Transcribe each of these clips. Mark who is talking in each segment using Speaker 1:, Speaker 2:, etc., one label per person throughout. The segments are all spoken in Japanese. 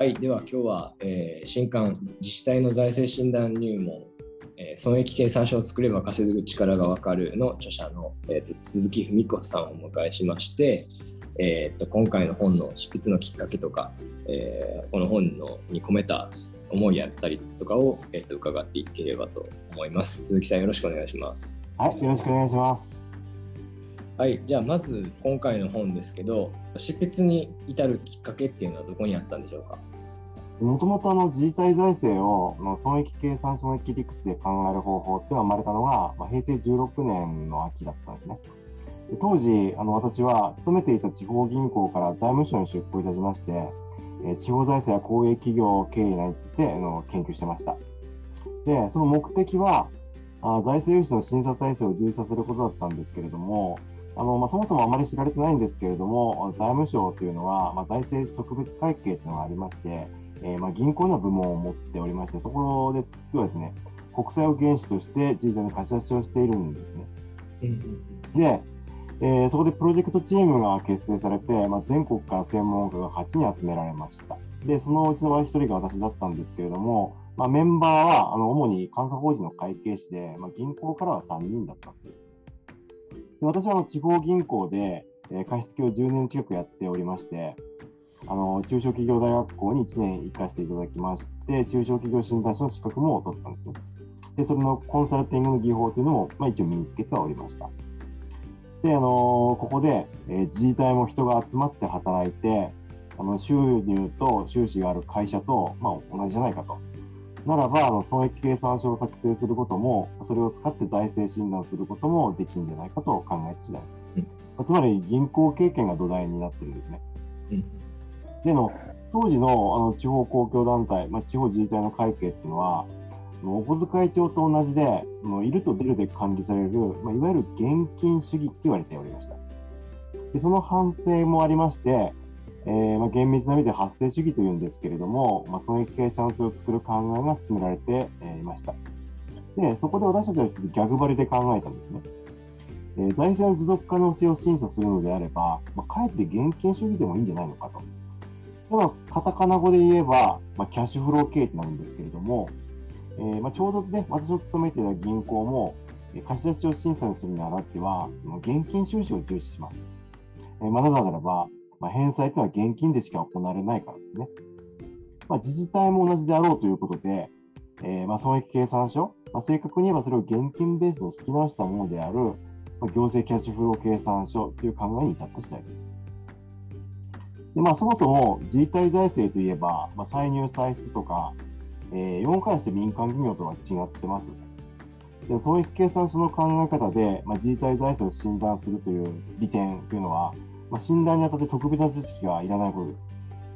Speaker 1: はい、では今日は、新刊自治体の財政診断入門、損益計算書を作れば稼ぐ力がわかるの著者の、鈴木文子さんをお迎えしまして、今回の本の執筆のきっかけとか、この本に込めた思いやったりとかを、伺っていければと思います。鈴木さん、よろしくお願いします。
Speaker 2: はい、よろしくお願いします。
Speaker 1: はい、じゃあまず今回の本ですけど、執筆に至るきっかけっていうのはどこにあったんでしょうか？
Speaker 2: もともと自治体財政を損益計算書の切り口で考える方法っていうのが生まれたのが、平成16年の秋だったんですね。で当時私は勤めていた地方銀行から財務省に出向いたしまして、地方財政や公営企業経営について研究してました。でその目的は財政融資の審査体制を充実させることだったんですけれども、そもそもあまり知られてないんですけれども、財務省というのは、財政特別会計というのがありまして、銀行の部門を持っておりまして、そこではですね、国債を原資として自治体に貸し出しをしているんですね。で、そこでプロジェクトチームが結成されて、全国から専門家が8人集められました。で、そのうちの1人が私だったんですけれども、メンバーは主に監査法人の会計士で、銀行からは3人だったんです。で私は地方銀行で貸付を10年近くやっておりまして、中小企業大学校に1年行かせていただきまして、中小企業診断士の資格も取ったんですね。で、それのコンサルティングの技法というのを、一応身につけてはおりました。で、ここで、自治体も人が集まって働いて、収入と収支がある会社と、同じじゃないかと。ならば、損益計算書を作成することも、それを使って財政診断することもできるんじゃないかと考えた次第です。つまり、銀行経験が土台になっているんですね。で当時の地方公共団体、地方自治体の会計っていうのは、お小遣い帳と同じで、いると出るで管理される、いわゆる現金主義って言われておりました。でその反省もありまして、厳密な意味で発生主義というんですけれども、損益計算書を作る考えが進められていました。でそこで私たちはちょっと逆張りで考えたんですね。財政の持続可能性を審査するのであれば、かえって現金主義でもいいんじゃないのかと。カタカナ語で言えば、キャッシュフロー経営になるんですけれども、ちょうどね、私を勤めていた銀行も、貸し出しを審査にするにあたっては、現金収支を重視します。なぜならば、返済というのは現金でしか行われないからですね。自治体も同じであろうということで、損益計算書、正確に言えばそれを現金ベースに引き直したものである、行政キャッシュフロー計算書という考えに至った次第です。でそもそも自治体財政といえば、歳入歳出とか、4からして民間企業とは違ってます。で損益計算書の考え方で、自治体財政を診断するという利点というのは、診断にあたって特別な知識がいらないことです。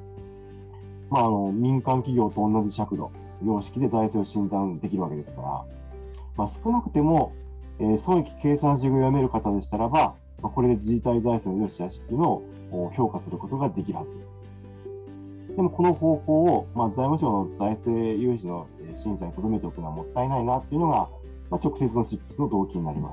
Speaker 2: 民間企業と同じ尺度、様式で財政を診断できるわけですから、少なくても、損益計算書が読める方でしたらば、これで自治体財政の良し悪しというのを評価することができるはずです。でもこの方法を、財務省の財政融資の審査に留めておくのはもったいないなというのが、直接の執筆の動機になります。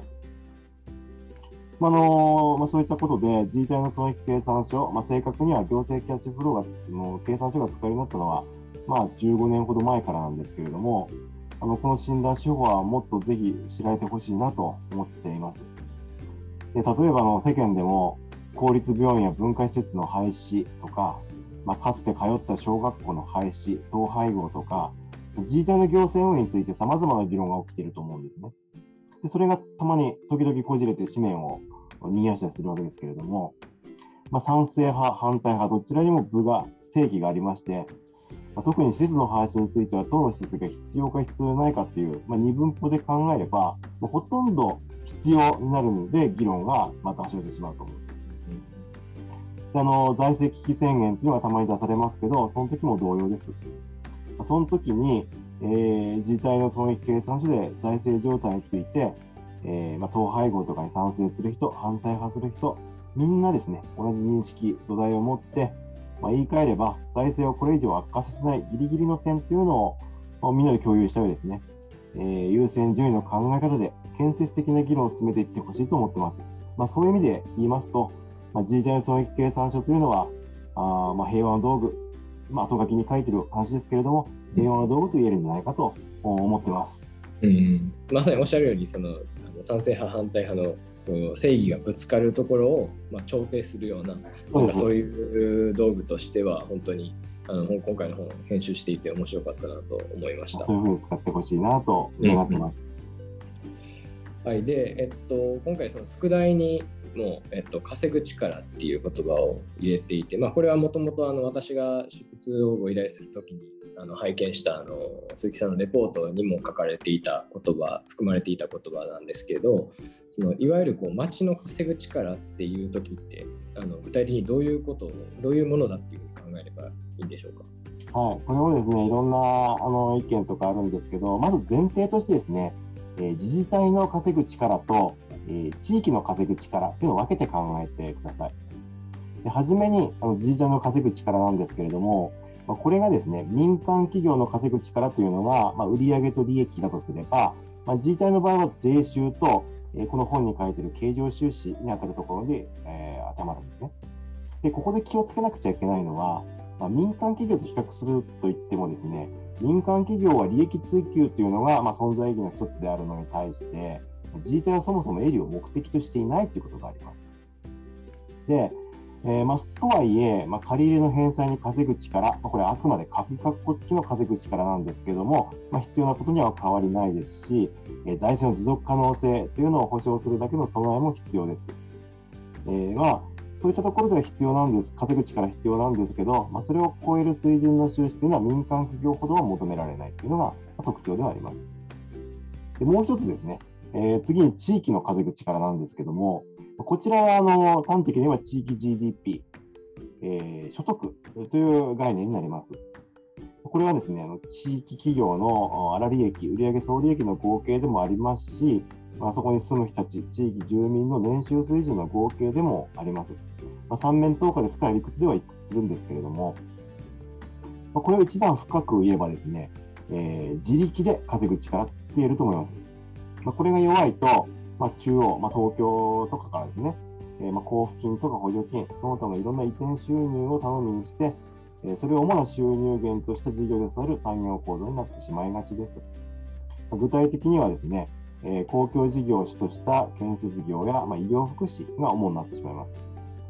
Speaker 2: そういったことで自治体の損益計算書、正確には行政キャッシュフローの計算書が使えるようになったのは、15年ほど前からなんですけれども、この診断手法はもっとぜひ知られてほしいなと思っています。で例えば世間でも公立病院や文化施設の廃止とか、かつて通った小学校の廃止、統廃合とか、自治体の行政運営について様々な議論が起きていると思うんですね。でそれがたまに時々こじれて紙面を賑やしたりするわけですけれども、賛成派、反対派、どちらにも正義がありまして、特に施設の廃止については、どの施設が必要か必要ないかという、二分法で考えれば、ほとんど必要になるので、議論がまず始めてしまうと思うんです。で財政危機宣言というのがたまに出されますけど、その時も同様です。その時に、自治体の損益計算書で財政状態について、統廃合とかに賛成する人、反対派する人、みんなですね、同じ認識、土台を持って、言い換えれば、財政をこれ以上悪化させないギリギリの点というのを、みんなで共有した上ですね、優先順位の考え方で建設的な議論を進めていってほしいと思っています。そういう意味で言いますと、自治体の損益計算書というのは、平和の道具、 後書きに書いてる話ですけれども、令和の道具と言えるんじゃないかと思ってます。
Speaker 1: まさにおっしゃるように、賛成派反対派の正義がぶつかるところを、調停するような、そういう道具としては本当に今回の本を編集していて面白かったなと思いました。
Speaker 2: そういうふうに使ってほしいなと願ってます。
Speaker 1: はい、で、今回その副題にも稼ぐ力っていう言葉を入れていて、これはもともと私が執筆をご依頼するときに拝見した鈴木さんのレポートにも書かれていた言葉、含まれていた言葉なんですけど、いわゆる町の稼ぐ力っていうときって具体的にどういうものだっていうふうに考えればいいんでしょうか。
Speaker 2: はい、これもですね、いろんな意見とかあるんですけど、まず前提としてですね、自治体の稼ぐ力と地域の稼ぐ力というのを分けて考えてください。ではじめに自治体の稼ぐ力なんですけれども、これがですね、民間企業の稼ぐ力というのが、売上と利益だとすれば、自治体の場合は税収と、この本に書いている経常収支にあたるところで、当てはまるんですね。で、ここで気をつけなくちゃいけないのは、民間企業と比較するといってもですね、民間企業は利益追求というのが、存在意義の一つであるのに対して、自治体はそもそも営利を目的としていないということがあります。で、とはいえ、借り入れの返済に稼ぐ力、これはあくまで鍵括弧付きの稼ぐ力なんですけども、必要なことには変わりないですし、財政の持続可能性というのを保証するだけの備えも必要です。そういったところでは必要なんです、稼ぐ力必要なんですけど、それを超える水準の収支というのは民間企業ほどは求められないというのが特徴ではあります。で、もう一つですね、次に地域の稼ぐ力なんですけども、こちらは端的に言えば地域 GDP、所得という概念になります。これはですね、地域企業の粗利益、売上総利益の合計でもありますし、そこに住む人たち、地域住民の年収水準の合計でもあります。三面等価ですから理屈では一致するんですけれども、これを一段深く言えばですね、自力で稼ぐ力って言えると思います。これが弱いと、中央、東京とかからですね、交付金とか補助金、その他のいろんな移転収入を頼みにして、それを主な収入源とした事業でさる産業構造になってしまいがちです。具体的にはですね、公共事業を主とした建設業や、医療福祉が主になってしまいます。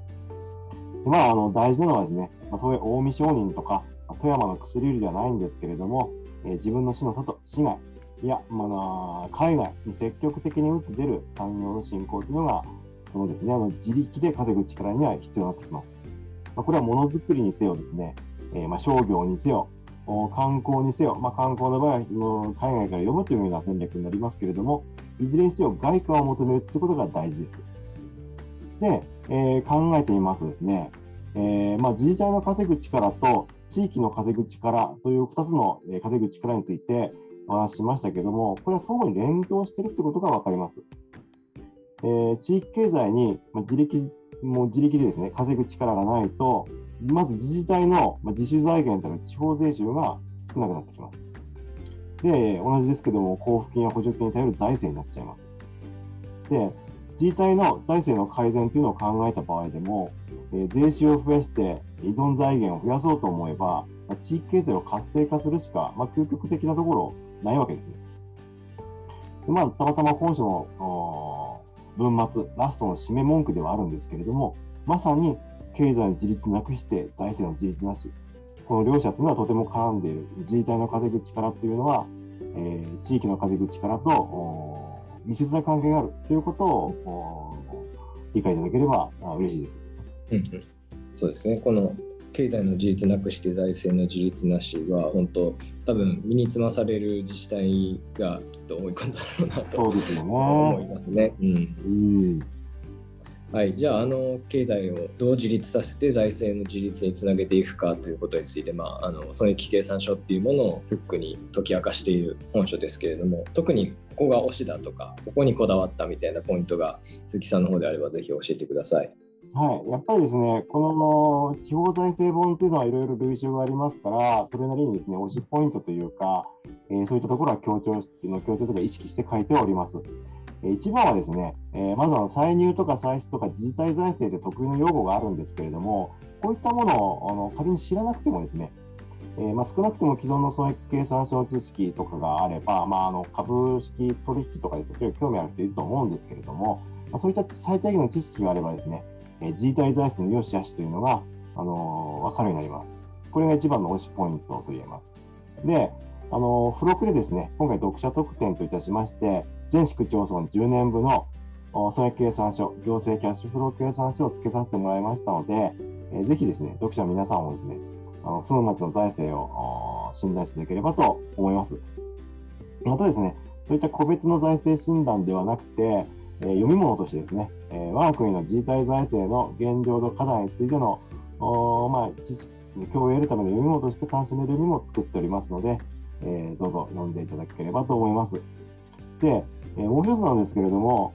Speaker 2: 大事なのはですね、近江商人とか富山の薬売りではないんですけれども、自分の市の外、市外、いや、海外に積極的に打って出る産業の振興というのが、このですね、自力で稼ぐ力には必要になってきます。これはものづくりにせよですね、商業にせよ、観光にせよ、観光の場合は海外から呼ぶというような戦略になりますけれども、いずれにせよ外貨を求めるということが大事です。で、考えてみますとですね、自治体の稼ぐ力と地域の稼ぐ力という2つの稼ぐ力についてお話ししましたけども、これは相互に連動しているということが分かります。地域経済に自力でですね、稼ぐ力がないと、まず自治体の自主財源という地方税収が少なくなってきます。で、同じですけども、交付金や補助金に頼る財政になっちゃいます。で、自治体の財政の改善というのを考えた場合でも、税収を増やして依存財源を増やそうと思えば、地域経済を活性化するしか、究極的なところないわけですね。でたまたま本書の文末、ラストの締め文句ではあるんですけれども、まさに経済の自立なくして財政の自立なし、この両者というのはとても絡んでいる。自治体の稼ぐ力というのは、地域の稼ぐ力と密接な関係があるということを理解いただければ嬉しいです。
Speaker 1: そうですね。この経済の自立なくして財政の自立なしは本当多分身につまされる自治体がきっと多いことだろうなと思いますね。はい、じゃあ経済をどう自立させて財政の自立につなげていくかということについて、損益計算書っていうものをフックに解き明かしている本書ですけれども、特にここが推しだとかここにこだわったみたいなポイントが鈴木さんの方であればぜひ教えてください。
Speaker 2: はい、やっぱりですね、この地方財政本というのはいろいろ類書がありますから、それなりにですね、推しポイントというか、そういったところは強調とか意識して書いております。一番はですね、まず歳入とか歳出とか自治体財政で得意の用語があるんですけれども、こういったものを仮に知らなくてもですね、 少なくとも既存の損益計算書の知識とかがあれば、株式取引とかですね、それ興味ある人いると思うんですけれども、そういった最低限の知識があればですね、自体財政の良し悪しというのが、分かるようになります。これが一番の推しポイントと言えます。で、付録でですね、今回読者特典といたしまして、全市区町村10年分の損益計算書、行政キャッシュフロー計算書を付けさせてもらいましたので、ぜひですね、読者の皆さんもですね、その町の財政を診断していただければと思います。またですね、そういった個別の財政診断ではなくて、読み物としてですね、我が国の自治体財政の現状と課題についての知識、共有を得るための読み物として楽しめるようにも作っておりますので、どうぞ読んでいただければと思います。で、もう一つなんですけれども、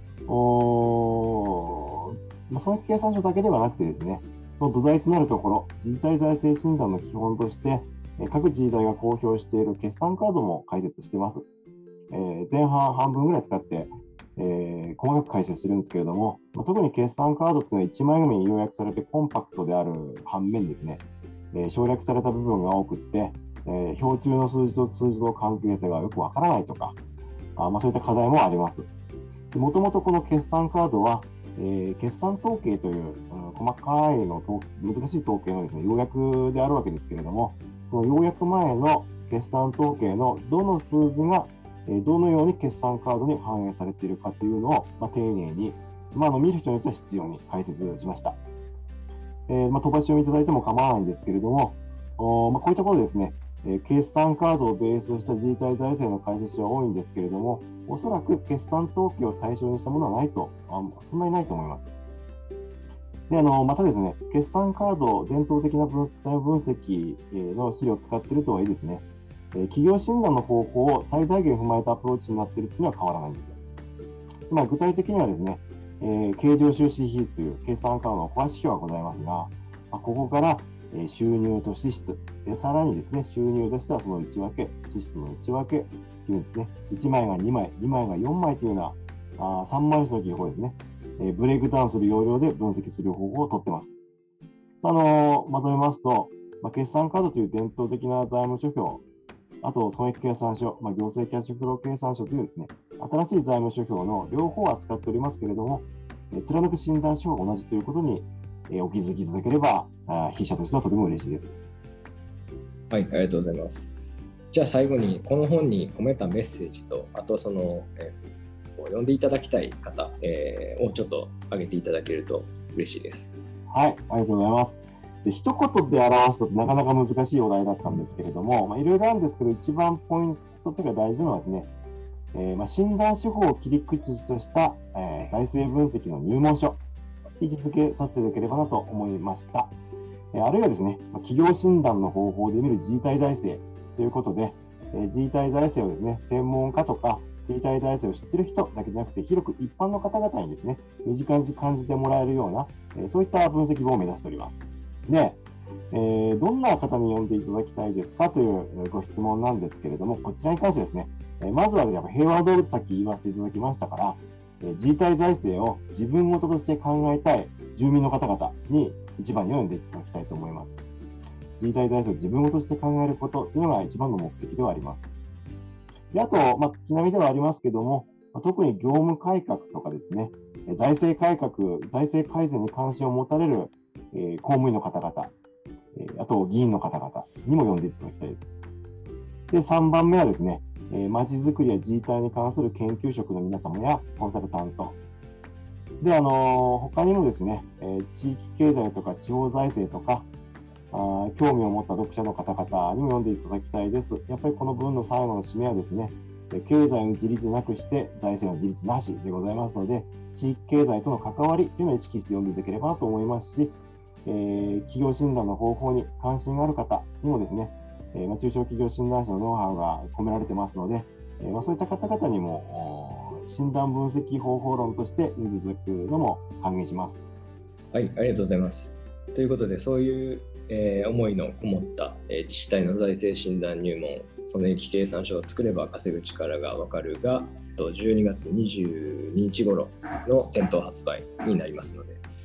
Speaker 2: 損益計算書だけではなくてですね、その土台となるところ、自治体財政診断の基本として、各自治体が公表している決算カードも解説しています。前半半分ぐらい使って、細かく解説してるんですけれども、特に決算カードというのは1枚紙に要約されてコンパクトである反面ですね、省略された部分が多くって、表中の数字と数字の関係性がよくわからないとか、そういった課題もあります。もともとこの決算カードは、決算統計という、細かい難しい統計のですね、要約であるわけですけれども、この要約前の決算統計のどの数字がどのように決算カードに反映されているかというのを、丁寧に、見る人によっては必要に解説しました。飛ばし読みいただいても構わないんですけれども、こういったことですね、決算カードをベースとした自治体財政の解説書は多いんですけれども、おそらく決算統計を対象にしたものはないと、そんなにないと思います。で、またですね、決算カード、伝統的な財務分析の資料を使っているとはいえですね、企業診断の方法を最大限踏まえたアプローチになっているというのは変わらないんですよ。具体的にはですね、経常収支比という決算カードのコア指標がございますが、ここから収入と支出、さらにですね、収入でしたらその内訳、支出の内訳というんですね、1枚が2枚、2枚が4枚というような3枚数の記法ですね、ブレイクダウンする要領で分析する方法をとっています。まとめますと、決算カードという伝統的な財務諸表、あと損益計算書、行政キャッシュフロー計算書というですね、新しい財務諸表の両方を扱っておりますけれども、貫く診断書は同じということにお気づきいただければ、筆者としてはとても嬉しいです。
Speaker 1: はい、ありがとうございます。じゃあ最後に、この本に込めたメッセージと、あと読んでいただきたい方、をちょっと挙げていただけると嬉しいです。
Speaker 2: はい、ありがとうございます。で、一言で表すとなかなか難しいお題だったんですけれども、いろいろあるんですけど、一番ポイントというか大事なのはですね、診断手法を切り口とした、財政分析の入門書、位置づけさせていただければなと思いました。あるいはですね、企業診断の方法で見る自治体財政ということで、自治体財政をですね、専門家とか自治体財政を知っている人だけでなくて、広く一般の方々にですね、身近に感じてもらえるような、そういった分析本を目指しております。で、どんな方に読んでいただきたいですかというご質問なんですけれども、こちらに関してはですね、まずはやっぱ平和動物、さっき言わせていただきましたから、自治体財政を自分事として考えたい住民の方々に一番に読んでいただきたいと思います。自治体財政を自分事として考えることというのが一番の目的ではあります。で、あと、月並みではありますけども、特に業務改革とかですね、財政改革、財政改善に関心を持たれる、公務員の方々、あと議員の方々にも読んでいただきたいです。で、3番目はですね、まちづくりや自治体に関する研究職の皆様やコンサルタント。で、他にもですね、地域経済とか地方財政とか、興味を持った読者の方々にも読んでいただきたいです。やっぱりこの文の最後の締めはですね、経済の自立なくして財政の自立なしでございますので、地域経済との関わりというのを意識して読んでいただければと思いますし、企業診断の方法に関心がある方にもですね、中小企業診断士のノウハウが込められてますので、そういった方々にも診断分析方法論として読んでいただくのも歓迎します。
Speaker 1: はい、ありがとうございます。ということで、そういう、思いのこもった、自治体の財政診断入門、損益計算書を作れば稼ぐ力がわかるが、12月22日頃の店頭発売になりますので、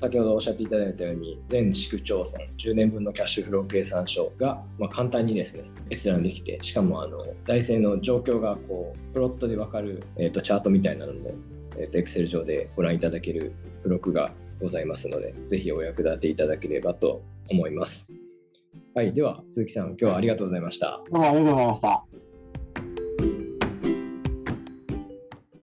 Speaker 1: 先ほどおっしゃっていただいたように、全市区町村10年分のキャッシュフロー計算書が、簡単にですね、閲覧できて、しかも財政の状況がプロットで分かる、チャートみたいなのも、Excel 上でご覧いただける付録がございますので、ぜひお役立ていただければと思います。はい、では鈴木さん、今日はありがとうございました。
Speaker 2: どうもありがとうございました。